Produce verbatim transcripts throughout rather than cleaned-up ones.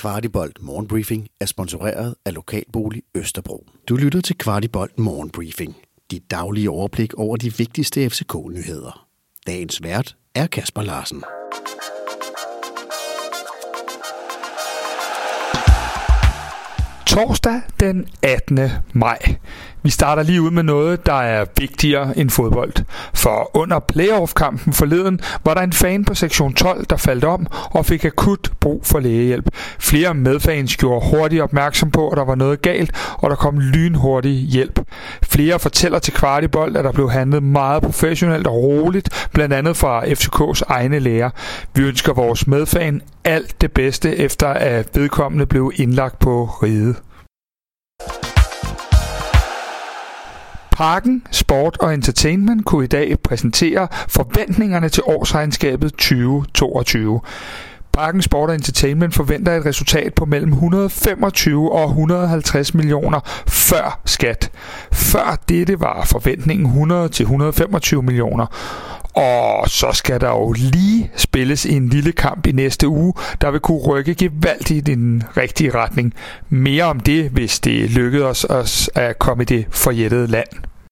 Kvartibolt Morgenbriefing er sponsoreret af Lokalbolig Østerbro. Du lytter til Kvartibolt Morgenbriefing. Dit daglige overblik over de vigtigste F C K-nyheder. Dagens vært er Kasper Larsen. Torsdag den attende maj. Vi starter lige ud med noget, der er vigtigere end fodbold. For under playoff-kampen forleden var der en fan på sektion tolv, der faldt om og fik akut brug for lægehjælp. Flere medfans gjorde hurtigt opmærksom på, at der var noget galt, og der kom lynhurtig hjælp. Flere fortæller til Kvartibolt, at der blev handlet meget professionelt og roligt, blandt andet fra F C K's egne læger. Vi ønsker vores medfan alt det bedste, efter at vedkommende blev indlagt på Riget. Parken, Sport og Entertainment kunne i dag præsentere forventningerne til årsregnskabet tyve toogtyve. Parken, Sport og Entertainment forventer et resultat på mellem et hundrede og femogtyve og et hundrede og halvtreds millioner før skat. Før dette var forventningen hundrede til et hundrede og femogtyve millioner. Og så skal der jo lige spilles en lille kamp i næste uge, der vil kunne rykke gevaldigt i den rigtige retning. Mere om det, hvis det lykkedes os at komme i det forjættede land.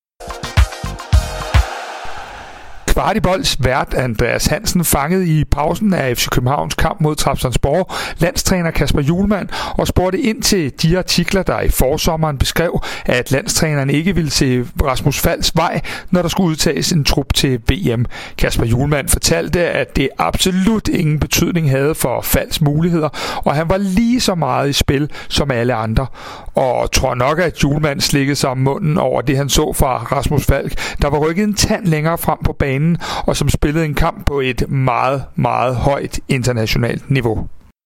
Kvartibolts vært Andreas Hansen fangede i pausen af F C Københavns kamp mod Trabzonspor landstræner Kasper Hjulmand og spurgte ind til de artikler, der i forsommeren beskrev, at landstræneren ikke ville se Rasmus Falks vej, når der skulle udtages en trup til V M. Kasper Hjulmand fortalte, at det absolut ingen betydning havde for Falks muligheder, og han var lige så meget i spil som alle andre. Og tror nok, at Hjulmand slikkede sig om munden over det, han så fra Rasmus Falk, der var rykket en tand længere frem på banen, og som spillede en kamp på et meget, meget højt internationalt niveau.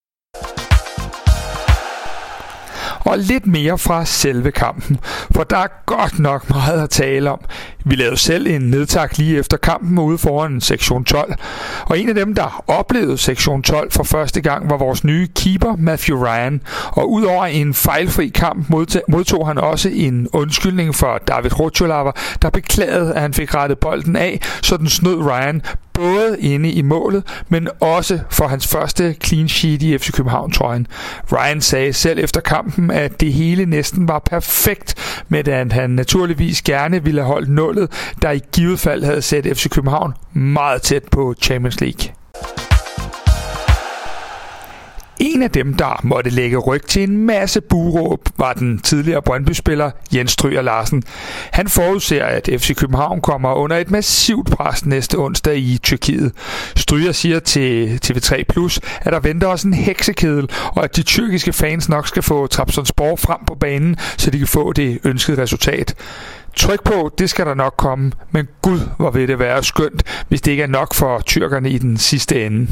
Og lidt mere fra selve kampen, for der er godt nok meget at tale om. Vi lavede selv en nedtak lige efter kampen ude foran sektion tolv, og en af dem, der oplevede sektion tolv for første gang, var vores nye keeper Matthew Ryan. Og udover en fejlfri kamp modtog han også en undskyldning for David Rotjolava, der beklagede, at han fik rettet bolden af, så den snød Ryan både inde i målet, men også for hans første clean sheet i F C København-trøjen. Ryan sagde selv efter kampen, at det hele næsten var perfekt, men at han naturligvis gerne ville have holdt nullet, der i givet fald havde sat F C København meget tæt på Champions League. En af dem, der måtte lægge ryg til en masse buråb, var den tidligere Brøndby-spiller Jens Stryger Larsen. Han forudser, at F C København kommer under et massivt pres næste onsdag i Tyrkiet. Stryger siger til T V tre plus, at der venter os en heksekedel, og at de tyrkiske fans nok skal få Trabzonspor frem på banen, så de kan få det ønskede resultat. Tryk på, det skal der nok komme, men gud, hvor vil det være skønt, hvis det ikke er nok for tyrkerne i den sidste ende.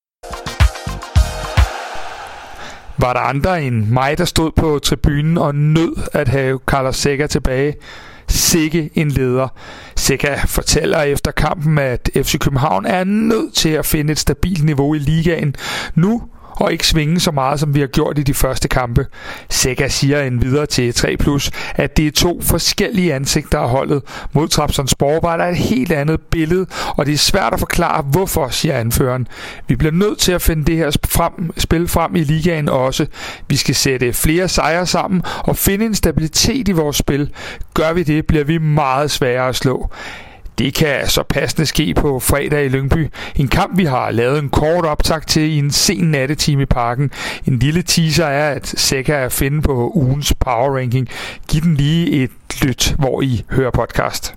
Var der andre end mig, der stod på tribunen og nød at have Carlos Seca tilbage? Sikke en leder. Seca fortæller efter kampen, at F C København er nødt til at finde et stabilt niveau i ligaen nu, og ikke svinge så meget, som vi har gjort i de første kampe. Seca siger endvidere til tre plus, at det er to forskellige ansigter af holdet. Mod Trabzonspor var der et helt andet billede, og det er svært at forklare, hvorfor, siger anføreren. Vi bliver nødt til at finde det her frem, spil frem i ligaen også. Vi skal sætte flere sejre sammen og finde en stabilitet i vores spil. Gør vi det, bliver vi meget sværere at slå. Det kan så passende ske på fredag i Lyngby. En kamp, vi har lavet en kort optakt til i en sen nattetime i Parken. En lille teaser er, at Seca er at finde på ugens power ranking. Giv den lige et lyt, hvor I hører podcast.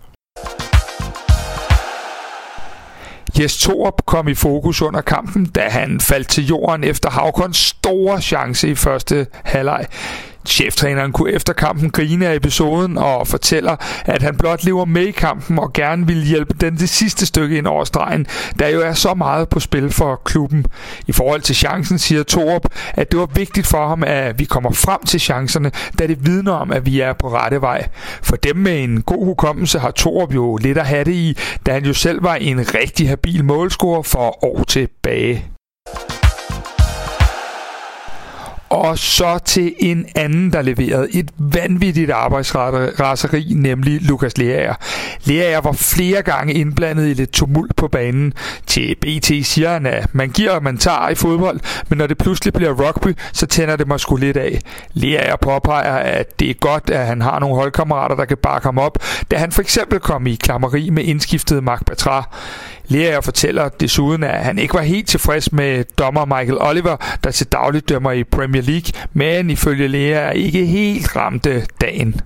Jes Torup kom i fokus under kampen, da han faldt til jorden efter Havkons store chance i første halvleg. Cheftræneren kunne efter kampen grine af episoden og fortæller, at han blot lever med i kampen og gerne vil hjælpe den det sidste stykke ind over stregen, der jo er så meget på spil for klubben. I forhold til chancen siger Torup, at det var vigtigt for ham, at vi kommer frem til chancerne, da det vidner om, at vi er på rette vej. For dem med en god hukommelse har Torup jo lidt at have det i, da han jo selv var en rigtig habil målscorer for år tilbage. Og så til en anden, der leverede et vanvittigt arbejdsraseri, nemlig Lukas Leaer. Leaer var flere gange indblandet i lidt tumult på banen. Til B T siger han, at man giver og man tager i fodbold, men når det pludselig bliver rugby, så tænder det mig sgu lidt af. Leaer påpeger, at det er godt, at han har nogle holdkammerater, der kan bakke ham op, da han for eksempel kom i klammeri med indskiftet Marc Bartra. Leaer fortæller desuden, at han ikke var helt tilfreds med dommer Michael Oliver, der til dagligt dømmer i Premier League, men ifølge Leaer ikke helt ramte dagen.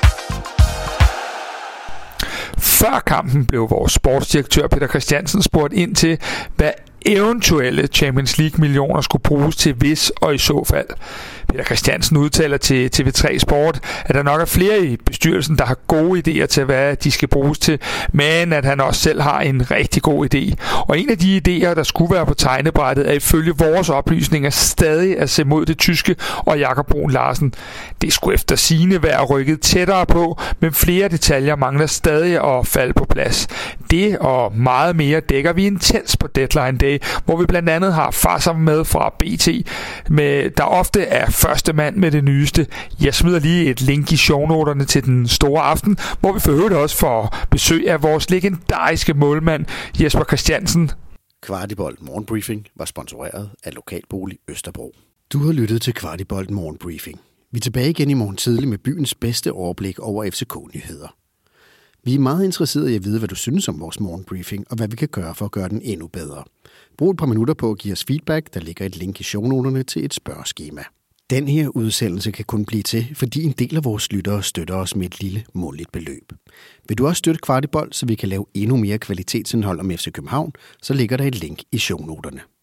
Før kampen blev vores sportsdirektør Peter Christiansen spurgt ind til, hvad eventuelle Champions League-millioner skulle bruges til, hvis og i så fald. Peter Christiansen udtaler til T V tre Sport, at der nok er flere i bestyrelsen, der har gode idéer til, hvad de skal bruges til, men at han også selv har en rigtig god idé. Og en af de idéer, der skulle være på tegnebrættet, er ifølge vores oplysninger stadig at se mod det tyske og Jakob Bruun Larsen. Det skulle efter sigende være rykket tættere på, men flere detaljer mangler stadig at falde på plads. Det og meget mere dækker vi intens på Deadline Day, hvor vi blandt andet har Farser med fra B T, med, der ofte er første mand med det nyeste. Jeg smider lige et link i shownoterne til den store aften, hvor vi forhørt også for besøg af vores legendariske målmand Jesper Christiansen. Kvartibolt Morgenbriefing var sponsoreret af Lokalbolig Østerbro. Du har lyttet til Kvartibolt Morgenbriefing. Vi er tilbage igen i morgen tidlig med byens bedste overblik over F C K-nyheder. Vi er meget interesserede i at vide, hvad du synes om vores morgenbriefing, og hvad vi kan gøre for at gøre den endnu bedre. Brug et par minutter på at give os feedback. Der ligger et link i shownoterne til et spørgeskema. Den her udsendelse kan kun blive til, fordi en del af vores lyttere støtter os med et lille måligt beløb. Vil du også støtte Kvartibolt, så vi kan lave endnu mere kvalitetsindhold om F C København, så ligger der et link i shownoterne.